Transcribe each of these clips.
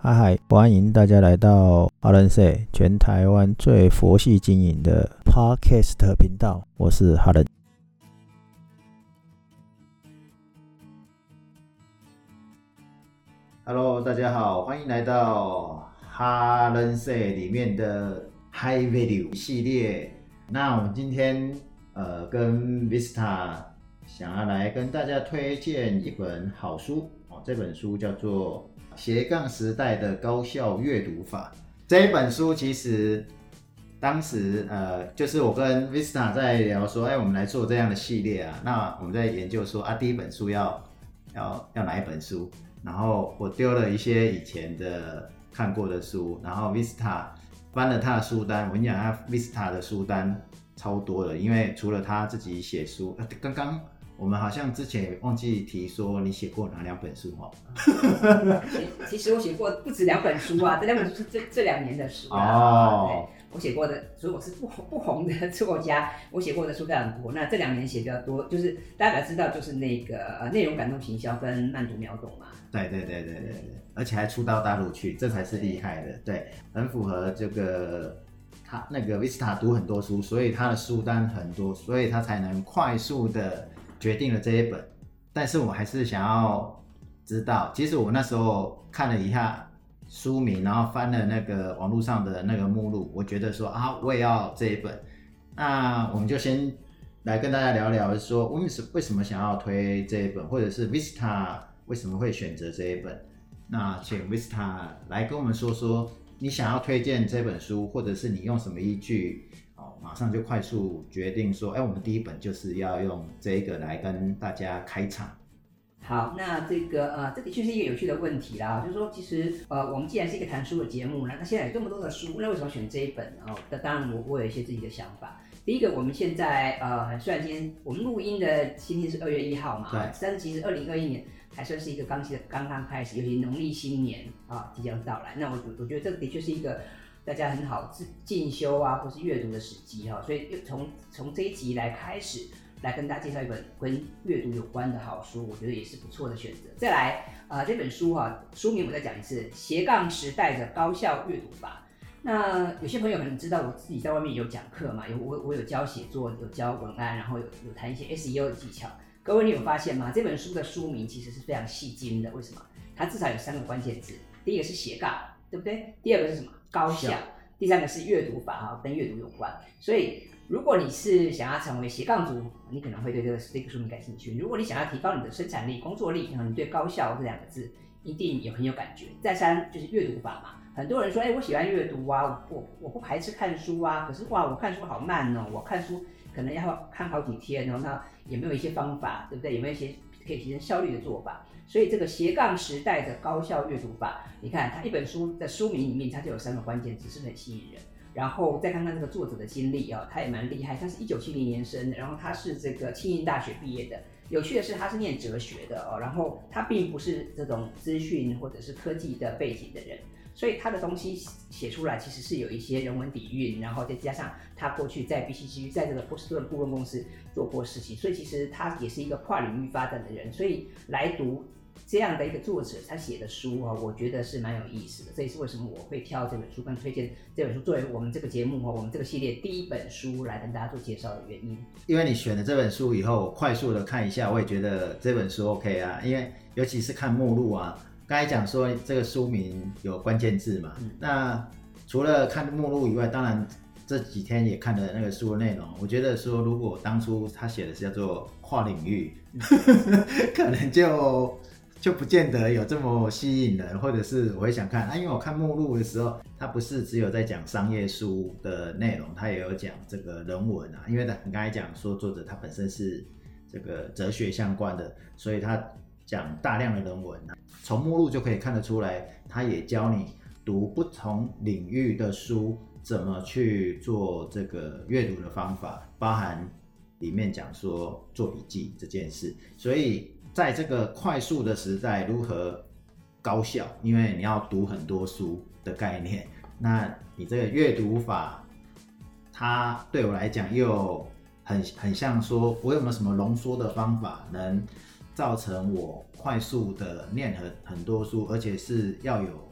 嗨，欢迎大家来到哈伦 Say 全台湾最佛系经营的 Podcast 频道，我是哈伦。Hello， 大家好，欢迎来到哈伦 Say 里面的 High Value 系列。那我们今天跟 Vista 想要来跟大家推荐一本好书这本书叫做斜杠时代的高效阅读法。这一本书其实当时就是我跟 Vista 在聊说，我们来做这样的系列啊。那我们在研究说第一本书要哪一本书？然后我丢了一些以前的看过的书，然后 Vista 翻了他的书单。我跟你讲，他 Vista 的书单超多的，因为除了他自己写书，刚刚我们好像之前也忘记提说你写过哪2本书其实我写过不止2本书啊，这2本书是这2年的书哦。 我写过的，所以我是不红的作家，我写过的书非常多。那这2年写比较多，就是大家比较知道，就是那个内容感动行销跟慢读秒懂嘛。对， 而且还出到大陆去，这才是厉害的。对，很符合这个他那个 Vista 读很多书，所以他的书单很多，所以他才能快速的决定了这一本。但是我还是想要知道，其实我那时候看了一下书名，然后翻了那个网络上的那个目录，我觉得说我也要这一本。那我们就先来跟大家聊聊说为什么想要推这一本，或者是 Vista 为什么会选择这一本。那请 Vista 来跟我们说说你想要推荐这本书，或者是你用什么依据马上就快速决定说我们第一本就是要用这个来跟大家开场。 好，那这的确是一个有趣的问题啦，就是说，其实我们既然是一个谈书的节目，那现在有这么多的书，那为什么选这一本呢？当然我有一些自己的想法。第一个，我们现在虽然今天我们录音的今天是2月1号嘛，但是其实2021年还算是一个刚刚开始，尤其农历新年即将到来。那我觉得这的确是一个大家很好进修或是阅读的时机所以从这一集来开始。来跟大家介绍一本跟阅读有关的好书，我觉得也是不错的选择。再来，这本书书名我再讲一次，《斜杠时代的高效阅读法》。那有些朋友可能知道，我自己在外面有讲课嘛，我有教写作，有教文案，然后有谈一些 SEO 的技巧。各位，你有发现吗？这本书的书名其实是非常细精的。为什么？它至少有3个关键字，第一个是斜杠，对不对？第2个是什么？高效。第3个是阅读法跟阅读有关。所以如果你是想要成为斜杠族，你可能会对这个书名感兴趣。如果你想要提高你的生产力、工作力，你对高效这2个字一定也很有感觉。再3就是阅读法嘛，很多人说，我喜欢阅读我不排斥看书可是我看书好慢我看书可能要看好几天那有没有一些方法，对不对？有没有一些可以提升效率的做法？所以这个斜杠时代的高效阅读法，你看它一本书的书名里面，它就有3个关键字，是不是很吸引人？然后再看看这个作者的经历他也蛮厉害，他是1970年生的，然后他是这个庆应大学毕业的。有趣的是，他是念哲学的然后他并不是这种资讯或者是科技的背景的人，所以他的东西写出来其实是有一些人文底蕴，然后再加上他过去在 BCG 在这个波士顿顾问公司做过事情，所以其实他也是一个跨领域发展的人，所以来读这样的一个作者他写的书我觉得是蛮有意思的。这也是为什么我会挑这本书跟推荐这本书作为我们这个节目我们这个系列第1本书来跟大家做介绍的原因。 因为你选了这本书以后，我快速的看一下，我也觉得这本书 OK 因为尤其是看目录刚才讲说这个书名有关键字嘛，那除了看目录以外，当然这几天也看了那个书的内容，我觉得说如果当初他写的是叫做跨领域可能就不见得有这么吸引人，或者是我会想看因为我看目录的时候，它不是只有在讲商业书的内容，它也有讲这个人文因为你刚才讲说作者他本身是这个哲学相关的，所以他讲大量的人文从目录就可以看得出来，他也教你读不同领域的书怎么去做这个阅读的方法，包含里面讲说做笔记这件事。所以在这个快速的时代，如何高效？因为你要读很多书的概念，那你这个阅读法，它对我来讲又很像说，我有没有什么浓缩的方法，能造成我快速的念很多书，而且是要有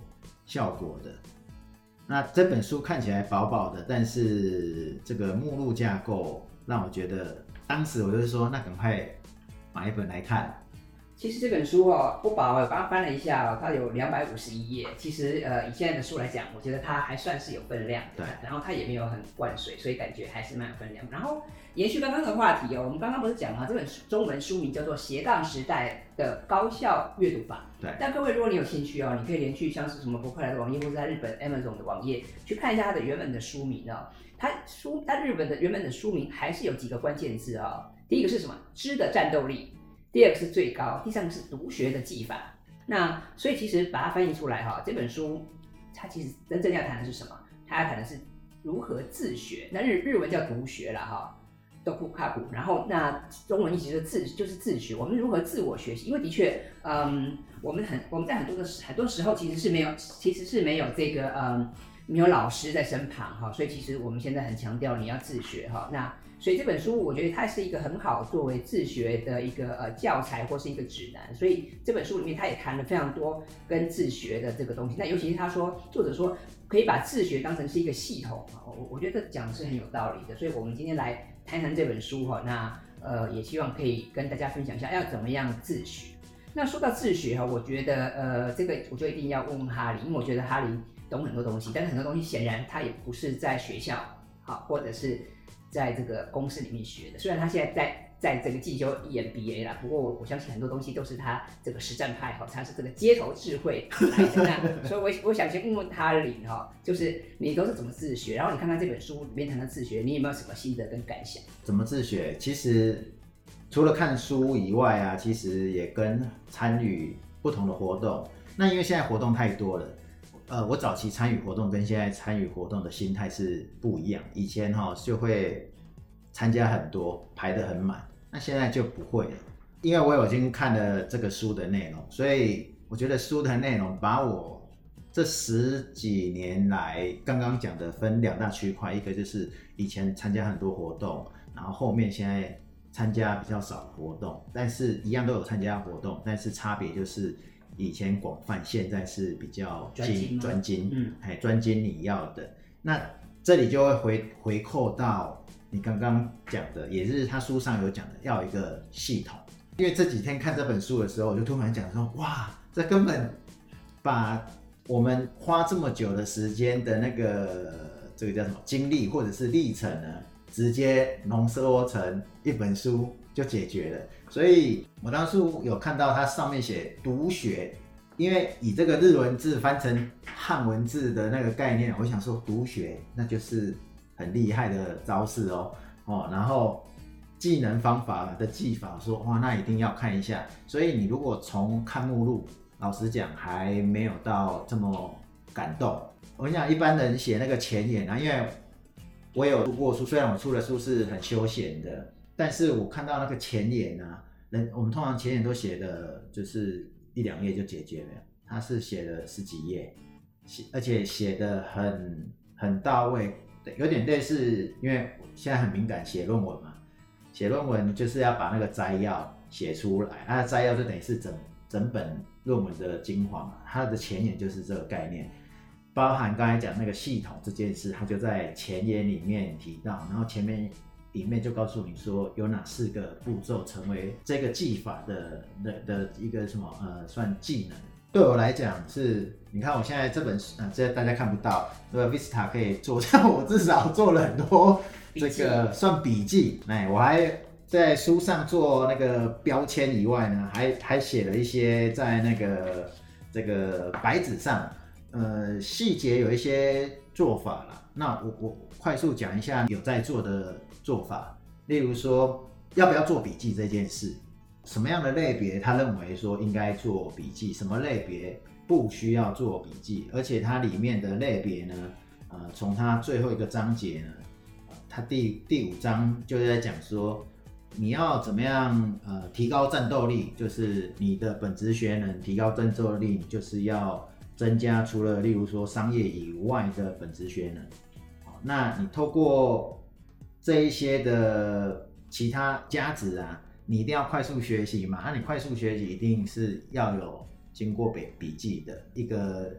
效果的。那这本书看起来薄薄的，但是这个目录架构让我觉得，当时我就说，那赶快买一本来看。 其实这本书不薄，我刚刚翻了一下它有251页。其实以现在的书来讲，我觉得它还算是有分量的。 对。 然后它也没有很灌水，所以感觉还是蛮有分量。然后延续刚刚的话题我们刚刚不是讲这本中文书名叫做《斜杠时代的高效阅读法》。 对。 但各位，如果你有兴趣你可以连去像是什么博客来的网页，或者在日本 Amazon 的网页去看一下它的原本的书名它日本的原本的书名还是有几个关键字第一个是什么？知的战斗力。第二个是最高，第三个是读学的技法。那所以其实把它翻译出来这本书它其实真正要谈的是什么？它要谈的是如何自学。那日文叫读学啦dokukaku， 然后那中文意思就是自学。我们如何自我学习？因为的确，我们在很多时候其实是没有这个没有老师在身旁所以其实我们现在很强调你要自学那。所以这本书我觉得它是一个很好作为自学的一个教材或是一个指南，所以这本书里面它也谈了非常多跟自学的这个东西。那尤其是作者说可以把自学当成是一个系统我觉得这讲的是很有道理的。所以我们今天来谈谈这本书那也希望可以跟大家分享一下要怎么样自学。那说到自学我觉得这个我就一定要问哈利，因为我觉得哈利懂很多东西，但是很多东西显然他也不是在学校或者是在这个公司里面学的。虽然他现在在这个进修 EMBA 啦，不过我相信很多东西都是他这个实战派他是这个街头智慧来的所以我想先问问哈林就是你都是怎么自学，然后你看看这本书里面谈的自学，你有没有什么心得跟感想？ 怎么自学？其实除了看书以外其实也跟参与不同的活动。那因为现在活动太多了。我早期参与活动跟现在参与活动的心态是不一样。以前就会参加很多，排得很满，那现在就不会了。因为我已经看了这个书的内容，所以我觉得书的内容把我这10几年来刚刚讲的分2大区块，一个就是以前参加很多活动，然后后面现在参加比较少的活动，但是一样都有参加活动，但是差别就是以前广泛，现在是比较专精，专精你要的。那这里就会回扣到你刚刚讲的，也是他书上有讲的，要有一个系统。因为这几天看这本书的时候，我就突然讲说，哇，这根本把我们花这么久的时间的那个这个叫什么经历或者是历程呢，直接浓缩成一本书就解决了。所以我当初有看到它上面写读学，因为以这个日文字翻成汉文字的那个概念，我想说读学那就是很厉害的招式然后技能方法的技法说哇那一定要看一下。所以你如果从看目录，老实讲还没有到这么感动。我跟你讲，一般人写那个前言因为我有读过书，虽然我出的书是很休闲的，但是我看到那个前言我们通常前言都写的就是1-2页就解决了，他是写了10几页，而且写的很到位，有点类似，因为现在很敏感写论文嘛，写论文就是要把那个摘要写出来，摘要就等于是整本论文的精华嘛，它的前言就是这个概念，包含刚才讲那个系统这件事，它就在前言里面提到，然后前面里面就告诉你说有哪4个步骤成为这个技法的一个什么算技能。对我来讲是，你看我现在这本这大家看不到，这个 Vista 可以做，像我至少做了很多这个算笔记，我还在书上做那个标签以外呢，还写了一些在那个这个白纸上，细节有一些做法啦。那我快速讲一下有在做的做法，例如说要不要做笔记这件事，什么样的类别他认为说应该做笔记，什么类别不需要做笔记，而且它里面的类别呢，从它最后一个章节呢，它第5章就是在讲说你要怎么样提高战斗力，就是你的本职学能提高战斗力，你就是要增加除了例如说商业以外的本职学能。那你透过这一些的其他价值你一定要快速学习嘛，那你快速学习一定是要有经过笔记的一个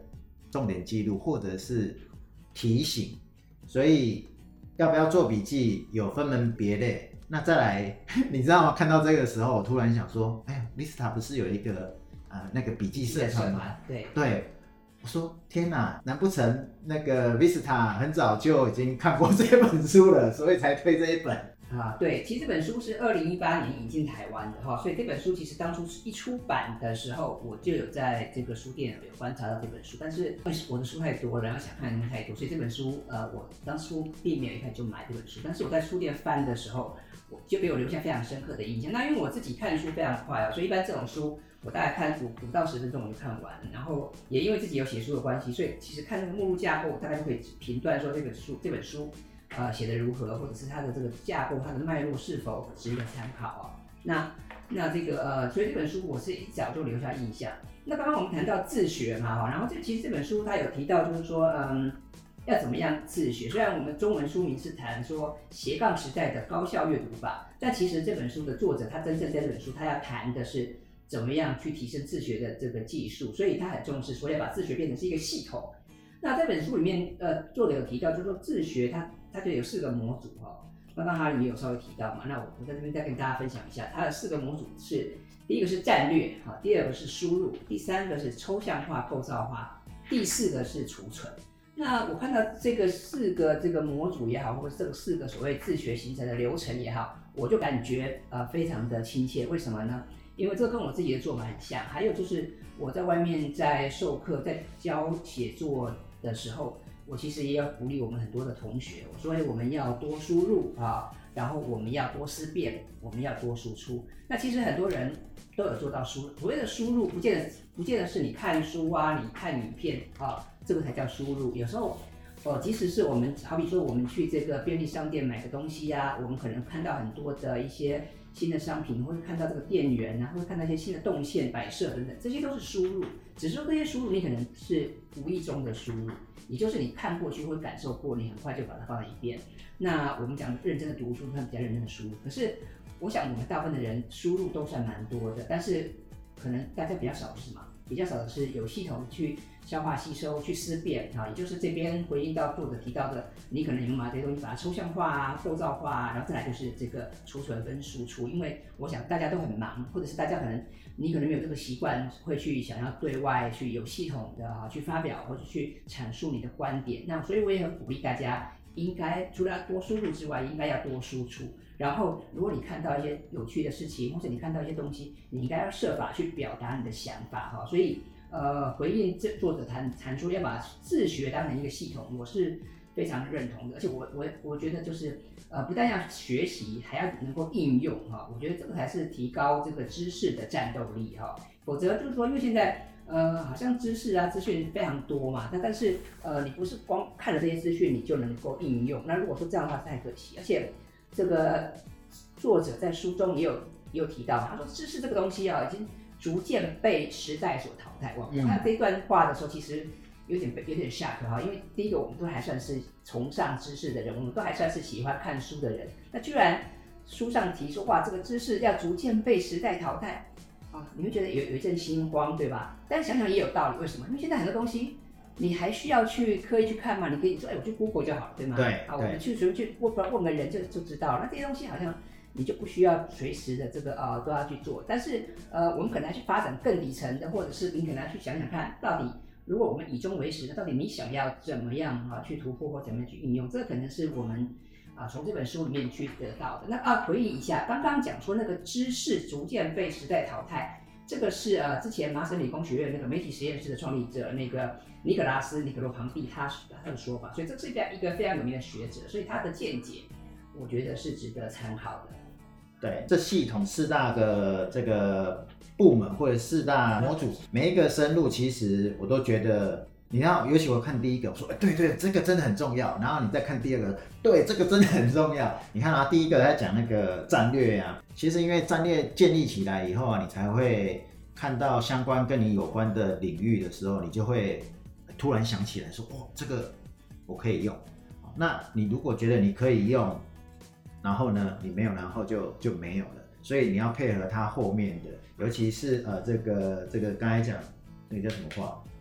重点记录或者是提醒，所以要不要做笔记有分门别类。那再来，你知道吗？看到这个时候，我突然想说，哎 ，Vista 不是有一个那个笔记社团吗？对，我说天哪，难不成那个 Vista 很早就已经看过这本书了，所以才推这一本？ 对，其实这本书是2018年引进台湾的哈，所以这本书其实当初一出版的时候，我就有在这个书店有观察到这本书，但是我的书太多了，然后想看的太多，所以这本书我当初并没有一开始就买这本书，但是我在书店翻的时候，就给我留下非常深刻的印象。那因为我自己看书非常快所以一般这种书我大概看5到10分钟我就看完，然后也因为自己有写书的关系，所以其实看那个目录架构，我大概就可以评断说这本书写的如何，或者是它的这个架构、它的脉络是否值得参考那这个所以这本书我是一早就留下印象。那刚刚我们谈到自学嘛然后其实这本书它有提到就是说要怎么样自学。虽然我们中文书名是谈说斜杠时代的高效阅读法，但其实这本书的作者他真正在这本书他要谈的是怎么样去提升自学的这个技术，所以他很重视说要把自学变成是一个系统。那这本书里面作者有提到就是说自学它就有4个模组刚刚哈里有稍微提到嘛，那我在这边再跟大家分享一下，它的4个模组是：第一个是战略第二个是输入，第3个是抽象化构造化，第4个是储存。那我看到这个4个这个模组也好，或者这个4个所谓自学形成的流程也好，我就感觉非常的亲切。为什么呢？因为这跟我自己的做法很像。还有就是我在外面在授课在教写作的时候，我其实也要鼓励我们很多的同学，所以我们要多输入然后我们要多思辨，我们要多输出。那其实很多人都有做到输入，所谓的输入不见得是你看书你看影片这个才叫输入。有时候即使是我们好比说我们去这个便利商店买个东西我们可能看到很多的一些新的商品，或者看到这个店员或者看到一些新的动线摆设等等，这些都是输入。只是说这些输入你可能是无意中的输入，也就是你看过去或者感受过，你很快就把它放在一边。那我们讲认真的读书，它比较认真的输入。可是我想我们大部分的人输入都算蛮多的，但是可能大家比较少是吗？比较少的是有系统去消化吸收去思辨也就是这边回应到作者提到的，你可能有把这些东西把它抽象化构造化然后再来就是这个储存跟输出。因为我想大家都很忙，或者是大家你可能没有这个习惯会去想要对外去有系统的去发表或者去阐述你的观点。那所以我也很鼓励大家应该除了多输入之外，应该要多输出。然后如果你看到一些有趣的事情，或者你看到一些东西，你应该要设法去表达你的想法所以回应这作者谈说要把自学当成一个系统，我是非常认同的。而且我觉得就是不但要学习，还要能够应用我觉得这个才是提高这个知识的战斗力否则就是说，因为现在好像知识资讯非常多嘛，但是你不是光看了这些资讯你就能够应用。那如果说这样的话太可惜。而且这个作者在书中也有提到，他说知识这个东西已经逐渐被时代所淘汰。我看这段话的时候，其实有点 shock 因为第一个我们都还算是崇尚知识的人，我们都还算是喜欢看书的人，那居然书上提说哇，这个知识要逐渐被时代淘汰你会觉得有一阵心慌，对吧？但想想也有道理，为什么？因为现在很多东西你还需要去刻意去看嘛，你可以说我去 Google 就好了，对吗？ 对， 我们去随便去问个人就知道了。那这些东西好像你就不需要随时的这个都要去做。但是我们可能要去发展更底层的，或者是你可能要去想想看，到底如果我们以终为始，那到底你想要怎么样去突破或怎么样去应用？这可能是我们从这本书里面去得到的。那回忆一下，刚刚讲说那个知识逐渐被时代淘汰，这个是之前麻省理工学院那个媒体实验室的创立者那个尼可罗庞蒂他的说法，所以这是一个非常有名的学者，所以他的见解我觉得是值得参考的。 对，这系统4大个这个部门或者4大模组，每一个深入其实我都觉得，你看，尤其我看第一个，我说对，这个真的很重要。然后你再看第二个，对，这个真的很重要。你看第一个在讲那个战略其实因为战略建立起来以后你才会看到相关跟你有关的领域的时候，你就会突然想起来说，这个我可以用。那你如果觉得你可以用，然后呢，你没有，然后就没有了。所以你要配合它后面的，尤其是这个刚才讲那个叫什么话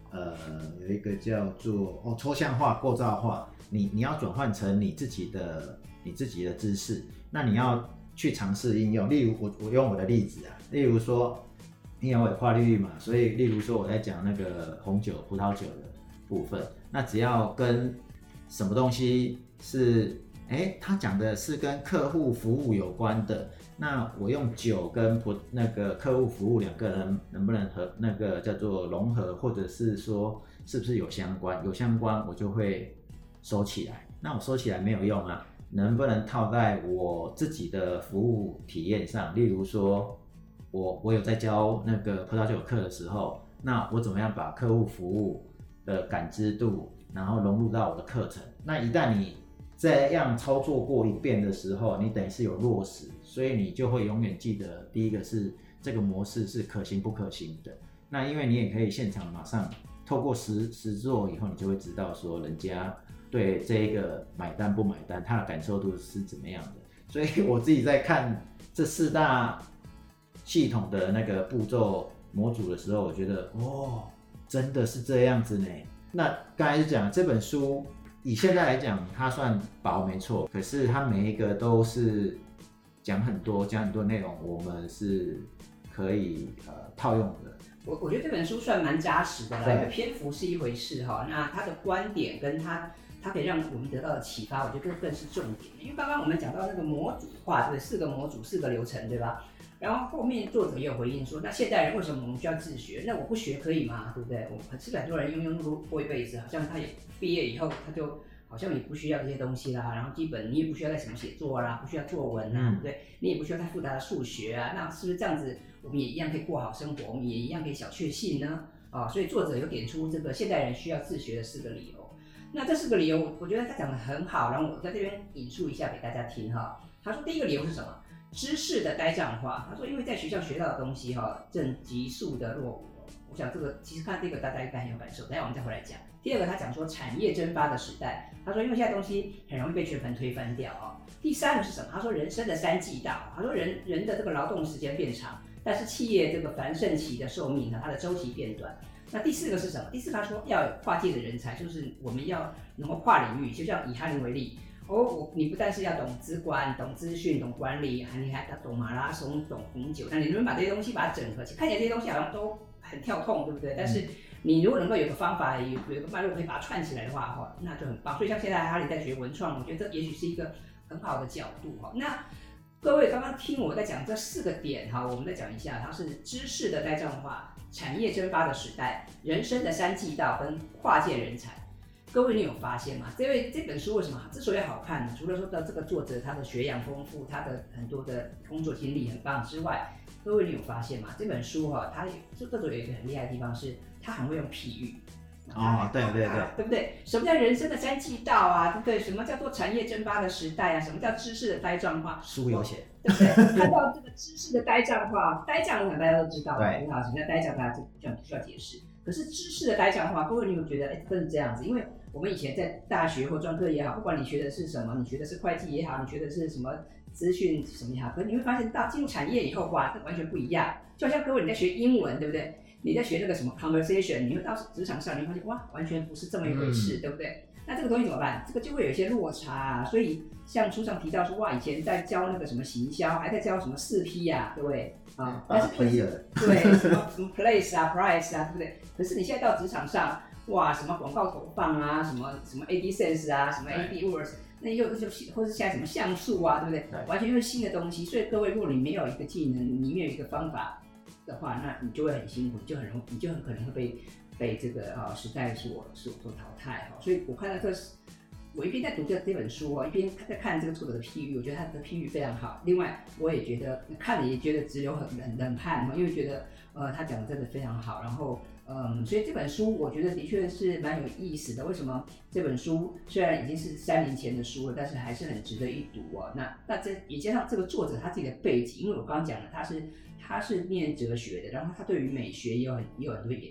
有一个叫做抽象化、构造化，你要转换成你自己的知识，那你要去尝试应用。例如我用我的例子啊，例如说，因为我有跨领域嘛，所以例如说我在讲那个红酒、葡萄酒的部分，那只要跟什么东西是，他讲的是跟客户服务有关的，那我用酒跟那个客户服务两个人能不能和那个叫做融合，或者是说是不是有相关？有相关我就会收起来。那我收起来没有用啊，能不能套在我自己的服务体验上？例如说，我有在教那个葡萄酒课的时候，那我怎么样把客户服务的感知度，然后融入到我的课程？那一旦你这样操作过一遍的时候，你等于是有落实，所以你就会永远记得，第一个是这个模式是可行不可行的。那因为你也可以现场马上透过实做以后，你就会知道说人家对这一个买单不买单，他的感受度是怎么样的。所以我自己在看这4大系统的那个步骤模组的时候，我觉得真的是这样子呢。那刚才讲这本书，以现在来讲，它算薄没错，可是它每一个都是讲很多内容，我们是可以套用的。 我觉得这本书算蛮扎实的啦，因为篇幅是一回事哈，那他的观点跟他可以让我们得到的启发，我觉得更是重点。因为刚刚我们讲到那个模组化，对，4个模组4个流程，对吧？然后后面作者也有回应说，那现代人为什么我们需要自学？那我不学可以吗？对不对？是很多人庸碌过一辈子，好像他也毕业以后他就好像也不需要这些东西啦，然后基本你也不需要再什么写作啦，不需要作文啊，对不对？你也不需要太复杂的数学啊，那是不是这样子我们也一样可以过好生活，我们也一样可以小确幸呢？所以作者有点出这个现代人需要自学的4个理由。那这4个理由，我觉得他讲得很好，然后我在这边引述一下给大家听哈。他说第一个理由是什么？知识的呆账化。他说因为在学校学到的东西正急速的落伍。我想这个其实看这个大家应该很有感受，等一下我们再回来讲。第二个他讲说产业蒸发的时代，他说因为现在东西很容易被全盘推翻掉第三个是什么？他说人生的3季到，他说人的这个劳动时间变长，但是企业这个繁盛期的寿命呢，它的周期变短。那第4个是什么？第4个他说要有跨界的人才，就是我们要能够跨领域，就像以哈林为例。你不但是要懂资管、懂资讯、懂管理，你还要懂马拉松、懂红酒。那你能不能把这些东西把它整合起来？看起来这些东西好像都很跳痛，对不对？但是你如果能够有个方法、有个脉络可以把它串起来的话，那就很棒。所以像现在哈林在学文创，我觉得这也许是一个很好的角度那各位刚刚听我在讲这4个点我们再讲一下，它是知识的呆账化、产业蒸发的时代、人生的3季到跟跨界人才。各位你有发现吗？这本书为什么之所以好看呢？除了说到这个作者他的学养丰富，他的很多的工作经历很棒之外，各位你有发现吗？这本书作者有一个很厉害的地方是，他很会用譬喻。 对不对？什么叫人生的3季到啊？对不对？什么叫做产业蒸发的时代啊？什么叫知识的呆账化？ 书有写， 对不对？看到这个知识的呆账化，呆账我想大家都知道，对，很好，什么叫呆账，大家就不需要解释。可是知识的呆账化，各位你有觉得真是这样子？因为我们以前在大学或专科也好，不管你学的是什么，你学的是会计也好，你学的是什么资讯什么也好，可是你会发现到进入产业以后，哇，这完全不一样。就好像各位你在学英文，对不对？你在学那个什么 conversation， 你会到职场上，你会发现哇，完全不是这么一回事，对不对？那这个东西怎么办？这个就会有一些落差所以像书上提到说，哇，以前在教那个什么行销，还在教什么4P对不对？但是对什么 place price 对不对？可是你现在到职场上，哇，什么广告投放什么 AD sense 什么 AD words， 那又或是现在什么像素对不对？完全又是新的东西。所以各位，如果你没有一个技能，你没有一个方法的话，那你就会很辛苦，你就很可能会被这个时代所淘汰所以我看到我一边在读这本书一边在看这个作者的譬喻，我觉得他的譬喻非常好。另外，我也觉得看了也觉得直流冷汗因为觉得他讲的真的非常好。然后所以这本书我觉得的确是蛮有意思的。为什么这本书虽然已经是3年前的书了，但是还是很值得一读那这也加上这个作者他自己的背景，因为我刚刚讲了他是念哲学的，然后他对于美学也有很多研究。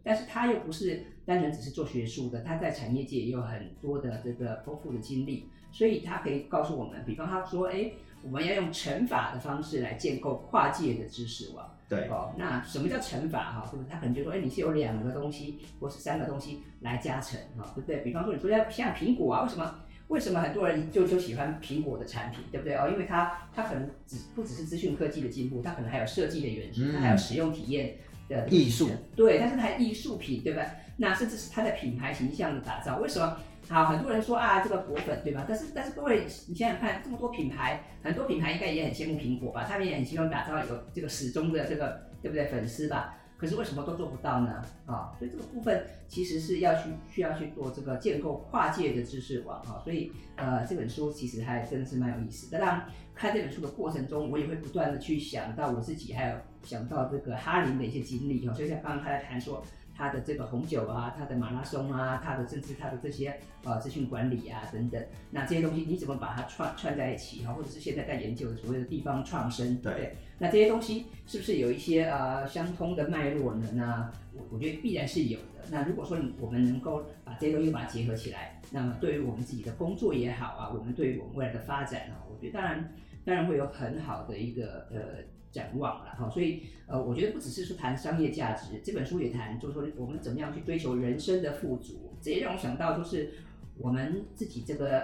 但是他又不是单纯只是做学术的，他在产业界也有很多的这个丰富的经历，所以他可以告诉我们，比方他说，我们要用乘法的方式来建构跨界的知识网。 对那什么叫乘法哈？对不对？他可能就说，你是有2个东西或是3个东西来加成哈，对不对？比方说你说像苹果啊，为什么很多人就喜欢苹果的产品，对不对？因为它可能不只是资讯科技的进步，它可能还有设计的元素，它还有使用体验的艺术， 对，它是台艺术品，对吧？那甚至是它的品牌形象的打造，为什么？好，很多人说这个果粉对吧？但是各位，你想想看，这么多品牌，很多品牌应该也很羡慕苹果吧？他们也很希望打造有这个始终的这个对不对粉丝吧？可是为什么都做不到呢？所以这个部分其实是需要去做这个建构跨界的知识网所以这本书其实还真的是蛮有意思的。当然看这本书的过程中，我也会不断的去想到我自己，还有想到这个哈林的一些经历所以像刚刚他在谈说他的这个红酒啊，他的马拉松啊，甚至他的这些资讯管理啊等等，那这些东西你怎么把它串在一起或者是现在在研究的所谓的地方创生，对，那这些东西是不是有一些相通的脉络呢？那我觉得必然是有的。那如果说我们能够把这些东西把它结合起来，那么对于我们自己的工作也好我们对于我们未来的发展我觉得当然会有很好的一个展望了所以我觉得不只是说谈商业价值，这本书也谈就是说我们怎么样去追求人生的富足。这也让我想到就是我们自己这个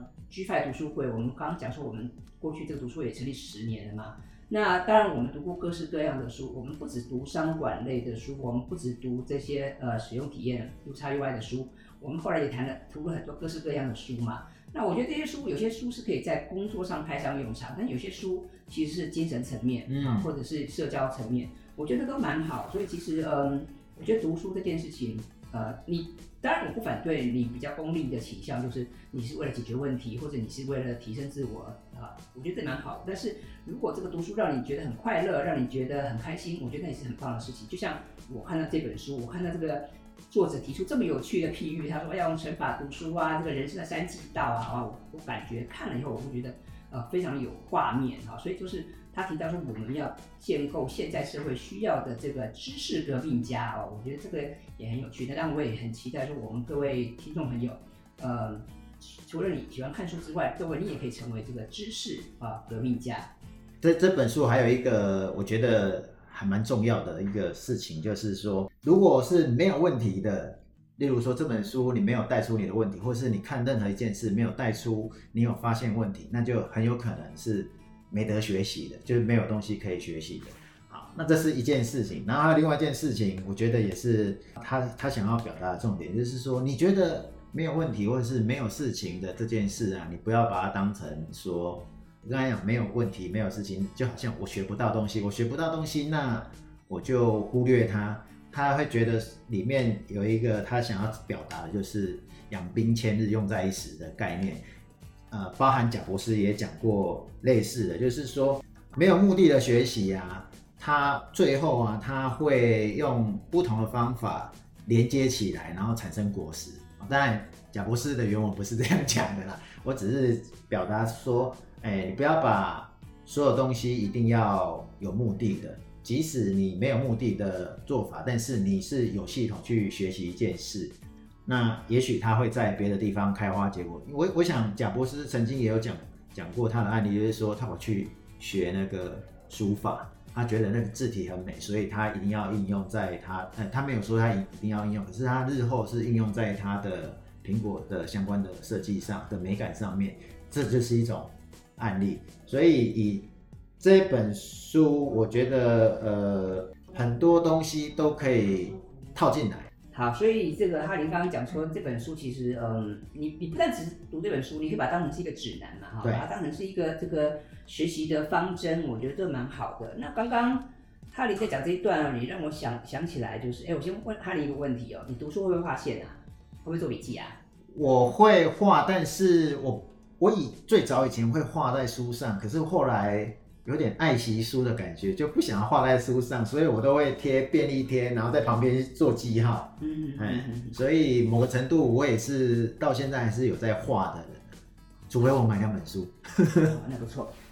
G5 读书会，我们刚刚讲说我们过去这个读书会也成立10年了嘛。那当然我们读过各式各样的书，我们不只读商管类的书，我们不只读这些使用体验 UX/UI 的书，我们后来也读了很多各式各样的书嘛。那我觉得这些书有些书是可以在工作上派上用场，但有些书其实是精神层面或者是社交层面，我觉得都蛮好。所以其实我觉得读书这件事情你当然我不反对你比较功利的倾向，就是你是为了解决问题，或者你是为了提升自我我觉得这蛮好的。但是如果这个读书让你觉得很快乐，让你觉得很开心，我觉得那也是很棒的事情。就像我看到这本书，我看到这个作者提出这么有趣的譬喻，他说要用乘法读书这个人生的3季道我感觉看了以后，我会觉得非常有画面所以就是他提到说我们要建构现在社会需要的这个知识革命家我觉得这个也很有趣的。但我也很期待说我们各位听众朋友除了你喜欢看书之外，各位你也可以成为这个知识革命家。 这本书还有一个我觉得还蛮重要的一个事情，就是说如果是没有问题的，例如说这本书你没有带出你的问题，或是你看任何一件事没有带出你有发现问题，那就很有可能是没得学习的，就是没有东西可以学习的。好，那这是一件事情。然后还有另外一件事情，我觉得也是他想要表达的重点，就是说你觉得没有问题或者是没有事情的这件事你不要把它当成说我刚才讲没有问题没有事情，就好像我学不到东西，那我就忽略它。他会觉得里面有一个他想要表达的就是养兵千日用在一时的概念，包含贾博士也讲过类似的，就是说没有目的的学习他最后他会用不同的方法连接起来，然后产生果实。当然贾博士的原文不是这样讲的啦，我只是表达说你不要把所有东西一定要有目的的，即使你没有目的的做法，但是你是有系统去学习一件事，那也许他会在别的地方开花结果。我想贾博士曾经也有讲过他的案例，就是说他跑去学那个书法，他觉得那个字体很美，所以他一定要应用在他没有说他一定要应用，可是他日后是应用在他的苹果的相关的设计上的美感上面，这就是一种案例。所以以这本书我觉得很多东西都可以套进来。 好，所以这个哈林刚刚讲说这本书其实你不但只是读这本书，你可以把它当成是一个指南嘛把它当成是一个这个学习的方针，我觉得这蛮好的。那刚刚哈林在讲这一段你让我想起来，就是我先问哈林一个问题你读书会不会画线会不会做笔记我会画，但是我最早以前会画在书上，可是后来有点爱惜书的感觉，就不想画在书上，所以我都会贴便利贴，然后在旁边做记号。所以某个程度我也是到现在还是有在画的人，除非我买2本书。 那不错。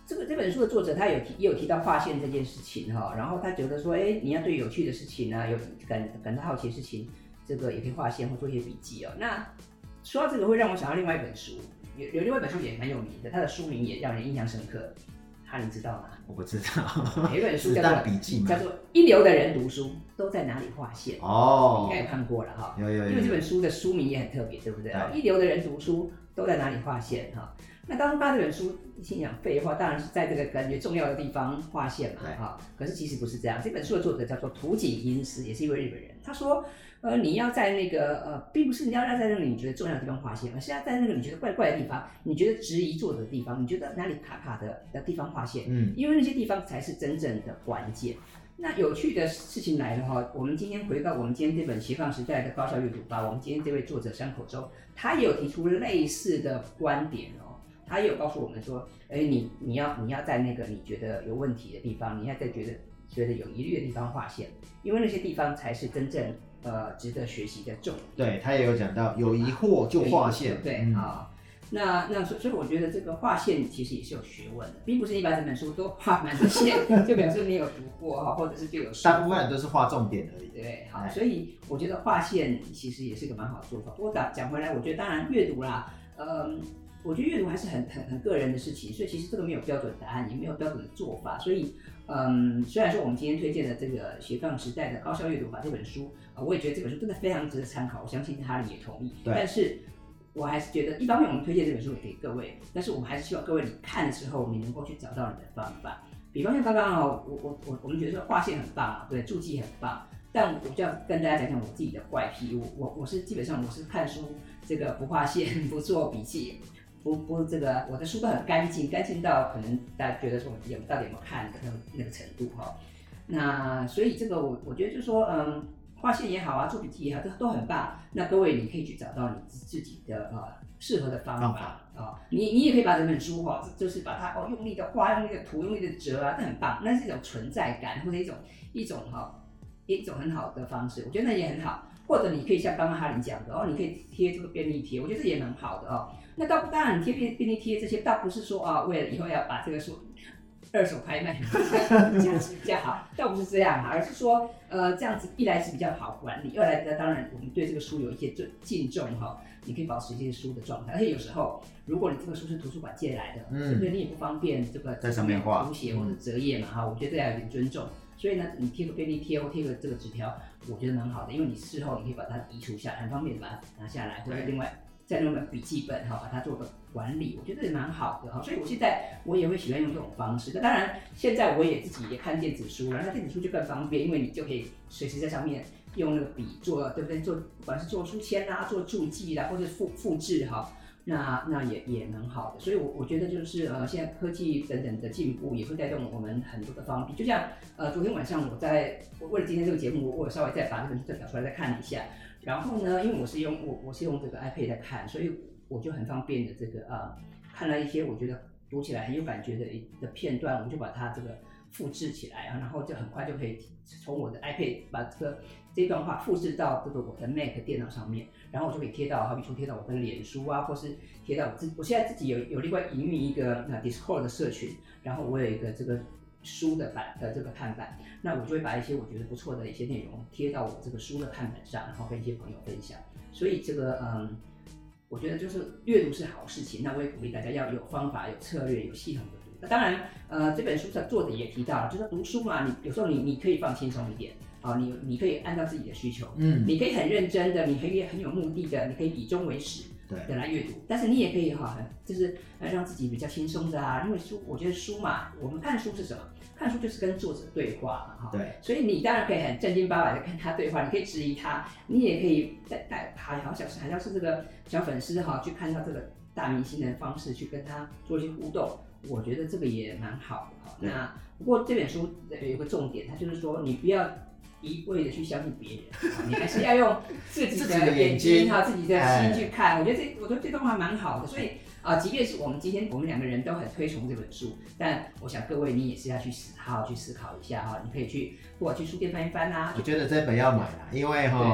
这本书的作者他也有提到划线这件事情哈，然后他觉得说，哎，你要对有趣的事情啊，有感到好奇的事情，这个也可以划线或做一些笔记哦。那说到这个，会让我想到另外一本书，有另外一本书也蛮有名的，它的书名也让人印象深刻。你知道吗？ 我不知道。 有一本书叫做笔记吗？ 叫做《一流的人读书都在哪里划线》 哦， 应该有看过了哈。 有， 因为这本书的书名也很特别，对不对？一流的人读书都在哪里划线哈？那当初发这本书，心想废话，当然是在这个感觉重要的地方划线嘛哈。可是其实不是这样，这本书的作者叫做土井英司，也是一位日本人。他说，你要在那个并不是你要在那个你觉得重要的地方划线，而是要在那个你觉得怪怪的地方，你觉得质疑作者的地方，你觉得哪里卡卡的地方划线。因为那些地方才是真正的关键。那有趣的事情来了哈，我们今天回到我们今天这本斜杠时代的高效阅读法，我们今天这位作者山口周，他也有提出类似的观点哦。他也有告诉我们说，你要在那个你觉得有问题的地方，你要在觉得有疑虑的地方划线，因为那些地方才是真正值得学习的重点。 对，他也有讲到，有疑惑就划线。 对啊。那所以我觉得这个划线其实也是有学问的，并不是你把整本书都画满了线，就表示你有读过哈，或者是就有。 大部分人都是画重点而已。 对，好，所以我觉得划线其实也是一个蛮好的做法。不过讲回来，我觉得当然阅读啦，我觉得阅读还是很个人的事情，所以其实这个没有标准答案，也没有标准的做法。所以，虽然说我们今天推荐的这个斜杠时代的高效阅读法这本书，我也觉得这本书真的非常值得参考，我相信哈利也同意。但是我还是觉得，一方面我们推荐这本书也给各位，但是我们还是希望各位你看的时候，你能够去找到你的方法。比方像刚刚我们觉得说划线很棒，对，注记很棒，但我就要跟大家讲讲我自己的怪癖。我是基本上我是看书这个不划线，不做笔记。不，这个我的书都很干净到可能大家觉得说到底有没有看的那个程度哈。那所以这个我觉得就是说，划线也好啊，做笔记也好，都很棒。那各位你可以去找到你自己的适合的方法啊。你也可以把整本书哈，就是把它用力的画，用力的涂，用力的折啊，这很棒。那是一种存在感或者一种很好的方式，我觉得那也很好。或者你可以像刚刚哈林讲的你可以贴这个便利贴，我觉得这也蛮好的哦。那当然，你贴便利贴这些，倒不是说为了以后要把这个书二手拍卖价值比较好，倒不是这样，而是说这样子一来是比较好管理，二来呢，当然我们对这个书有一些敬重哈，你可以保持这些书的状态。而且有时候，如果你这个书是图书馆借来的，对你也不方便这个在上面画涂写或者折页嘛哈，我觉得这要有点尊重。所以呢，你贴个便利贴或贴个这个纸条，我觉得蛮好的，因为你事后你可以把它移除下来，很方便的把它拿下来，或者另外再用笔记本把它做个管理，我觉得也蛮好的哈。所以我现在我也会喜欢用这种方式。那当然，现在我也自己也看电子书了，那电子书就更方便，因为你就可以随时在上面用那个笔做，对不对？不管是做书签啦、做注记啦，或者复制哈。那也蛮好的，所以我觉得就是现在科技等等的进步也会带动我们很多的方便。就像昨天晚上我为了今天这个节目，我有稍微再把这本书再找出来再看了一下，然后呢，因为我是用这个 iPad 在看，所以我就很方便的这个看了一些我觉得读起来很有感觉的片段，我就把它这个复制起来然后就很快就可以从我的 iPad 把这段话复制到这个我的 Mac 电脑上面，然后我就可以贴到，好比说贴到我的脸书啊，或是贴到我现在自己有另外营运一个Discord 的社群，然后我有一个这个书的这个看板，那我就会把一些我觉得不错的一些内容贴到我这个书的看板上，然后跟一些朋友分享。所以这个我觉得就是阅读是好事情，那我也鼓励大家要有方法、有策略、有系统的读。那当然，这本书的作者也提到了，就是读书嘛，有时候你可以放轻松一点。你可以按照自己的需求，你可以很认真的，你可以很有目的的，你可以以终为始的来阅读，但是你也可以就是让自己比较轻松的因为我觉得书嘛，我们看书是什么？看书就是跟作者对话嘛对， 所以你当然可以很正经八百的跟他对话，你可以质疑他，你也可以好像是这个小粉丝去看到这个大明星的方式去跟他做一些互动，我觉得这个也蛮好的那不过这本书有个重点，它就是说你不要一味的去相信别人，你还是要用自己的眼睛自己的心去看。我觉得这段话蛮好的，所以即便是我们今天我们两个人都很推崇这本书，但我想各位你也是要去思考一下你可以去或者去书店翻一翻我觉得这本要买啦，因为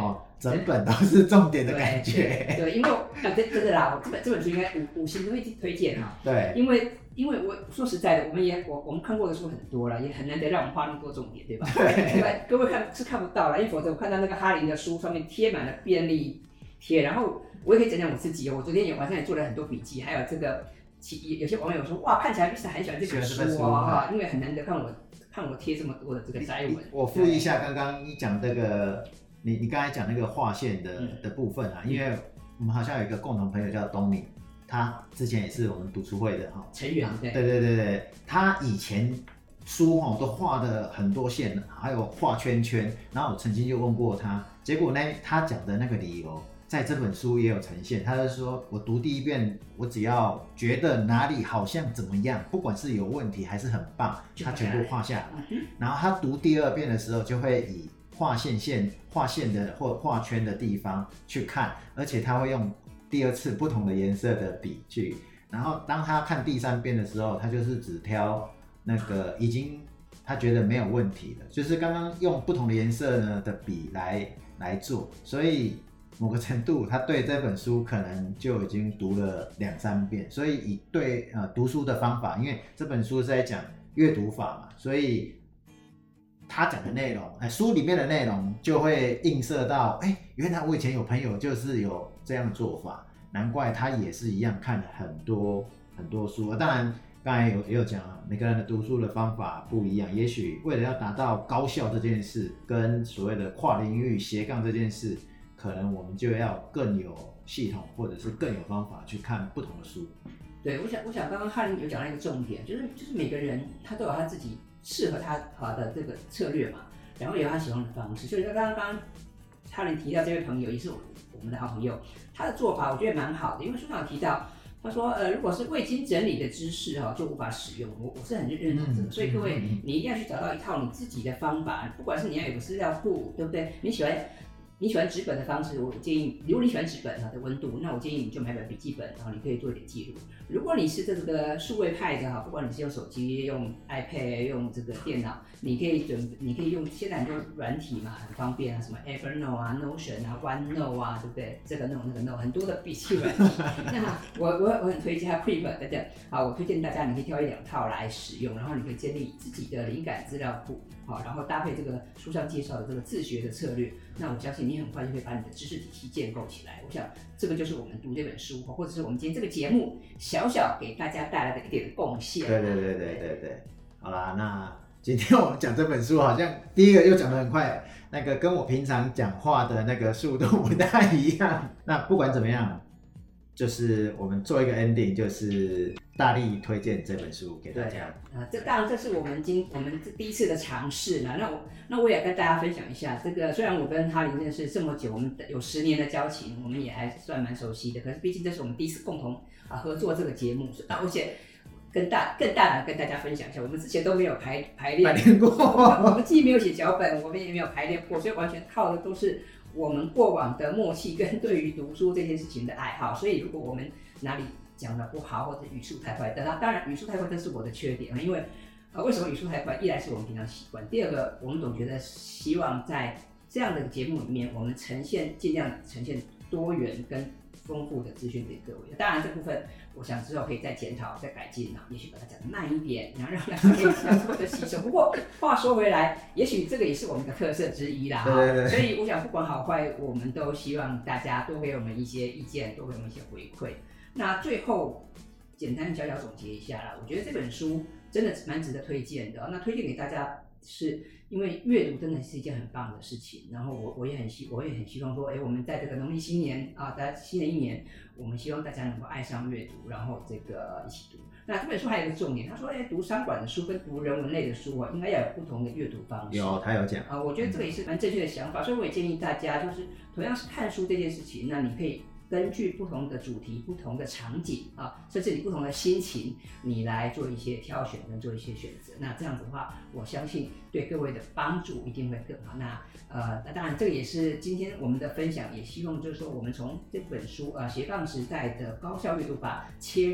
整本都是重点的感觉。 对，因为真的啦，这本书应该五星推荐哈。 对， 因为我说实在的，我们看过的书很多了，也很难得让我们画那么多重点，对吧？ 对， 各位看不到了，因为否则我看到那个哈林的书上面贴满了便利贴，然后我也可以讲讲我自己，我昨天晚上也做了很多笔记，还有这个有些网友说哇，看起来Mr.很喜欢这本书啊，因为很难得看我贴这么多的这个摘文。 我复一下刚刚你讲这个，你刚才讲那个划线的部分啊，因为我们好像有一个共同朋友叫东尼。他之前也是我们读书会的成员， 对，他以前书都画的很多线，还有画圈圈，然后我曾经就问过他，结果呢，他讲的那个理由在这本书也有呈现。他就说我读第一遍，我只要觉得哪里好像怎么样，不管是有问题还是很棒，他全部画下来。然后他读第二遍的时候，就会以画线的或画圈的地方去看，而且他会用第二次不同的颜色的笔去，然后当他看第三遍的时候，他就是只挑那个已经他觉得没有问题的，就是刚刚用不同的颜色呢的笔来做，所以某个程度他对这本书可能就已经读了2-3遍，所以以对读书的方法，因为这本书是在讲阅读法嘛，所以他讲的内容，书里面的内容就会映射到，原来我以前有朋友就是有这样的做法，难怪他也是一样看了很多书。当然，刚才也有讲了，每个人的读书的方法不一样，也许为了要达到高效这件事，跟所谓的跨领域斜杠这件事，可能我们就要更有系统，或者是更有方法去看不同的书。 对，我想刚刚哈林有讲到一个重点，就是每个人他都有他自己适合他的这个策略嘛，然后也有他喜欢的方式。所以刚刚哈林提到这位朋友，也是我们的好朋友，他的做法我觉得蛮好的，因为书上有提到，他说如果是未经整理的知识就无法使用。我是很认同这个，所以各位你一定要去找到一套你自己的方法，不管是你要有个资料库，对不对？你喜欢纸本的方式，我建议，如果你喜欢纸本的温度，那我建议你就买本笔记本，然后你可以做一点记录。如果你是这个数位派的不管你是用手机、用 iPad、用这个电脑，你可以用现在很多软体嘛，很方便啊，什么 Evernote 啊、Notion 啊、OneNote 啊，对不对？这个 Note 那个 Note 很多的笔记软体。那我很推荐Keep等等，我推荐大家你可以挑1-2套来使用，然后你可以建立自己的灵感资料库，然后搭配这个书上介绍的这个自学的策略，那我相信你很快就可以把你的知识体系建构起来。我想这个就是我们读这本书，或者是我们今天这个节目小给大家带来的一点贡献。 对，好啦，那今天我们讲这本书，好像第一个又讲得很快，那个跟我平常讲话的那个速度不太一样。那不管怎么样，就是我们做一个 ending， 就是大力推荐这本书给大家。 当然这是我们第一次的尝试呢。那我也跟大家分享一下，这个虽然我跟哈林认识这么久，我们有10年的交情，我们也还算蛮熟悉的。可是毕竟这是我们第一次共同合作这个节目，而且更大的跟大家分享一下，我们之前都没有排练过，我们既没有写脚本，我们也没有排练过，所以完全靠的都是我们过往的默契跟对于读书这件事情的爱好。所以如果我们哪里讲的不好，或者语速太快，当然语速太快这是我的缺点，因为为什么语速太快？一来是我们平常习惯，第二个我们总觉得希望在这样的节目里面，我们尽量呈现多元跟丰富的资讯给各位。当然这部分我想之后可以再检讨、再改进，也许把它讲得慢一点，然后让大家可以更多的吸收。不过话说回来，也许这个也是我们的特色之一啦。 对。 所以我想不管好坏，我们都希望大家多给我们一些意见，多给我们一些回馈。那最后简单小总结一下啦，我觉得这本书真的蛮值得推荐的。那推荐给大家是因为阅读真的是一件很棒的事情，然后我也很希望说，我们在这个农历新年在新的一年，我们希望大家能够爱上阅读，然后这个一起读。那这本书还有一个重点，他说，读商管的书跟读人文类的书应该要有不同的阅读方式。 他有讲我觉得这个也是蛮正确的想法，所以我也建议大家，就是同样是看书这件事情，那你可以根据不同的主题、不同的场景甚至你不同的心情，你来做一些挑选跟做一些选择。那这样子的话，我相信对各位的帮助一定会更好。那当然这个也是今天我们的分享，也希望就是说我们从这本书斜杠时代的高效阅读法切入，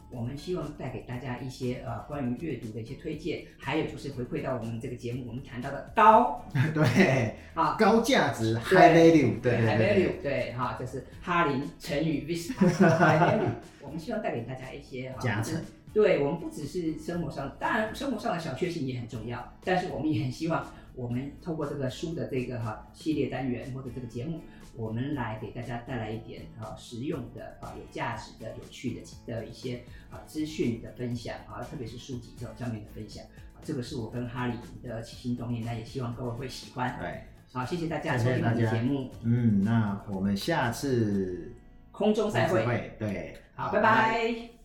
我们希望带给大家一些关于阅读的一些推荐，还有就是回馈到我们这个节目我们谈到的高， 对，高价值 high value， 对 high value， 对哈，这是哈林成语 high value， 我们希望带给大家一些加成。 对，我们不只是生活上，当然生活上的小确幸也很重要，但是我们也很希望我们透过这个书的这个系列单元或者这个节目，我们来给大家带来一点实用的有价值的、有趣的一些资讯的分享特别是书籍这种上面的分享这个是我跟哈林的起心动念，那也希望各位会喜欢。 对， 好，谢谢大家收听我们的节目。 那我们下次空中再会。 对， 好，拜拜。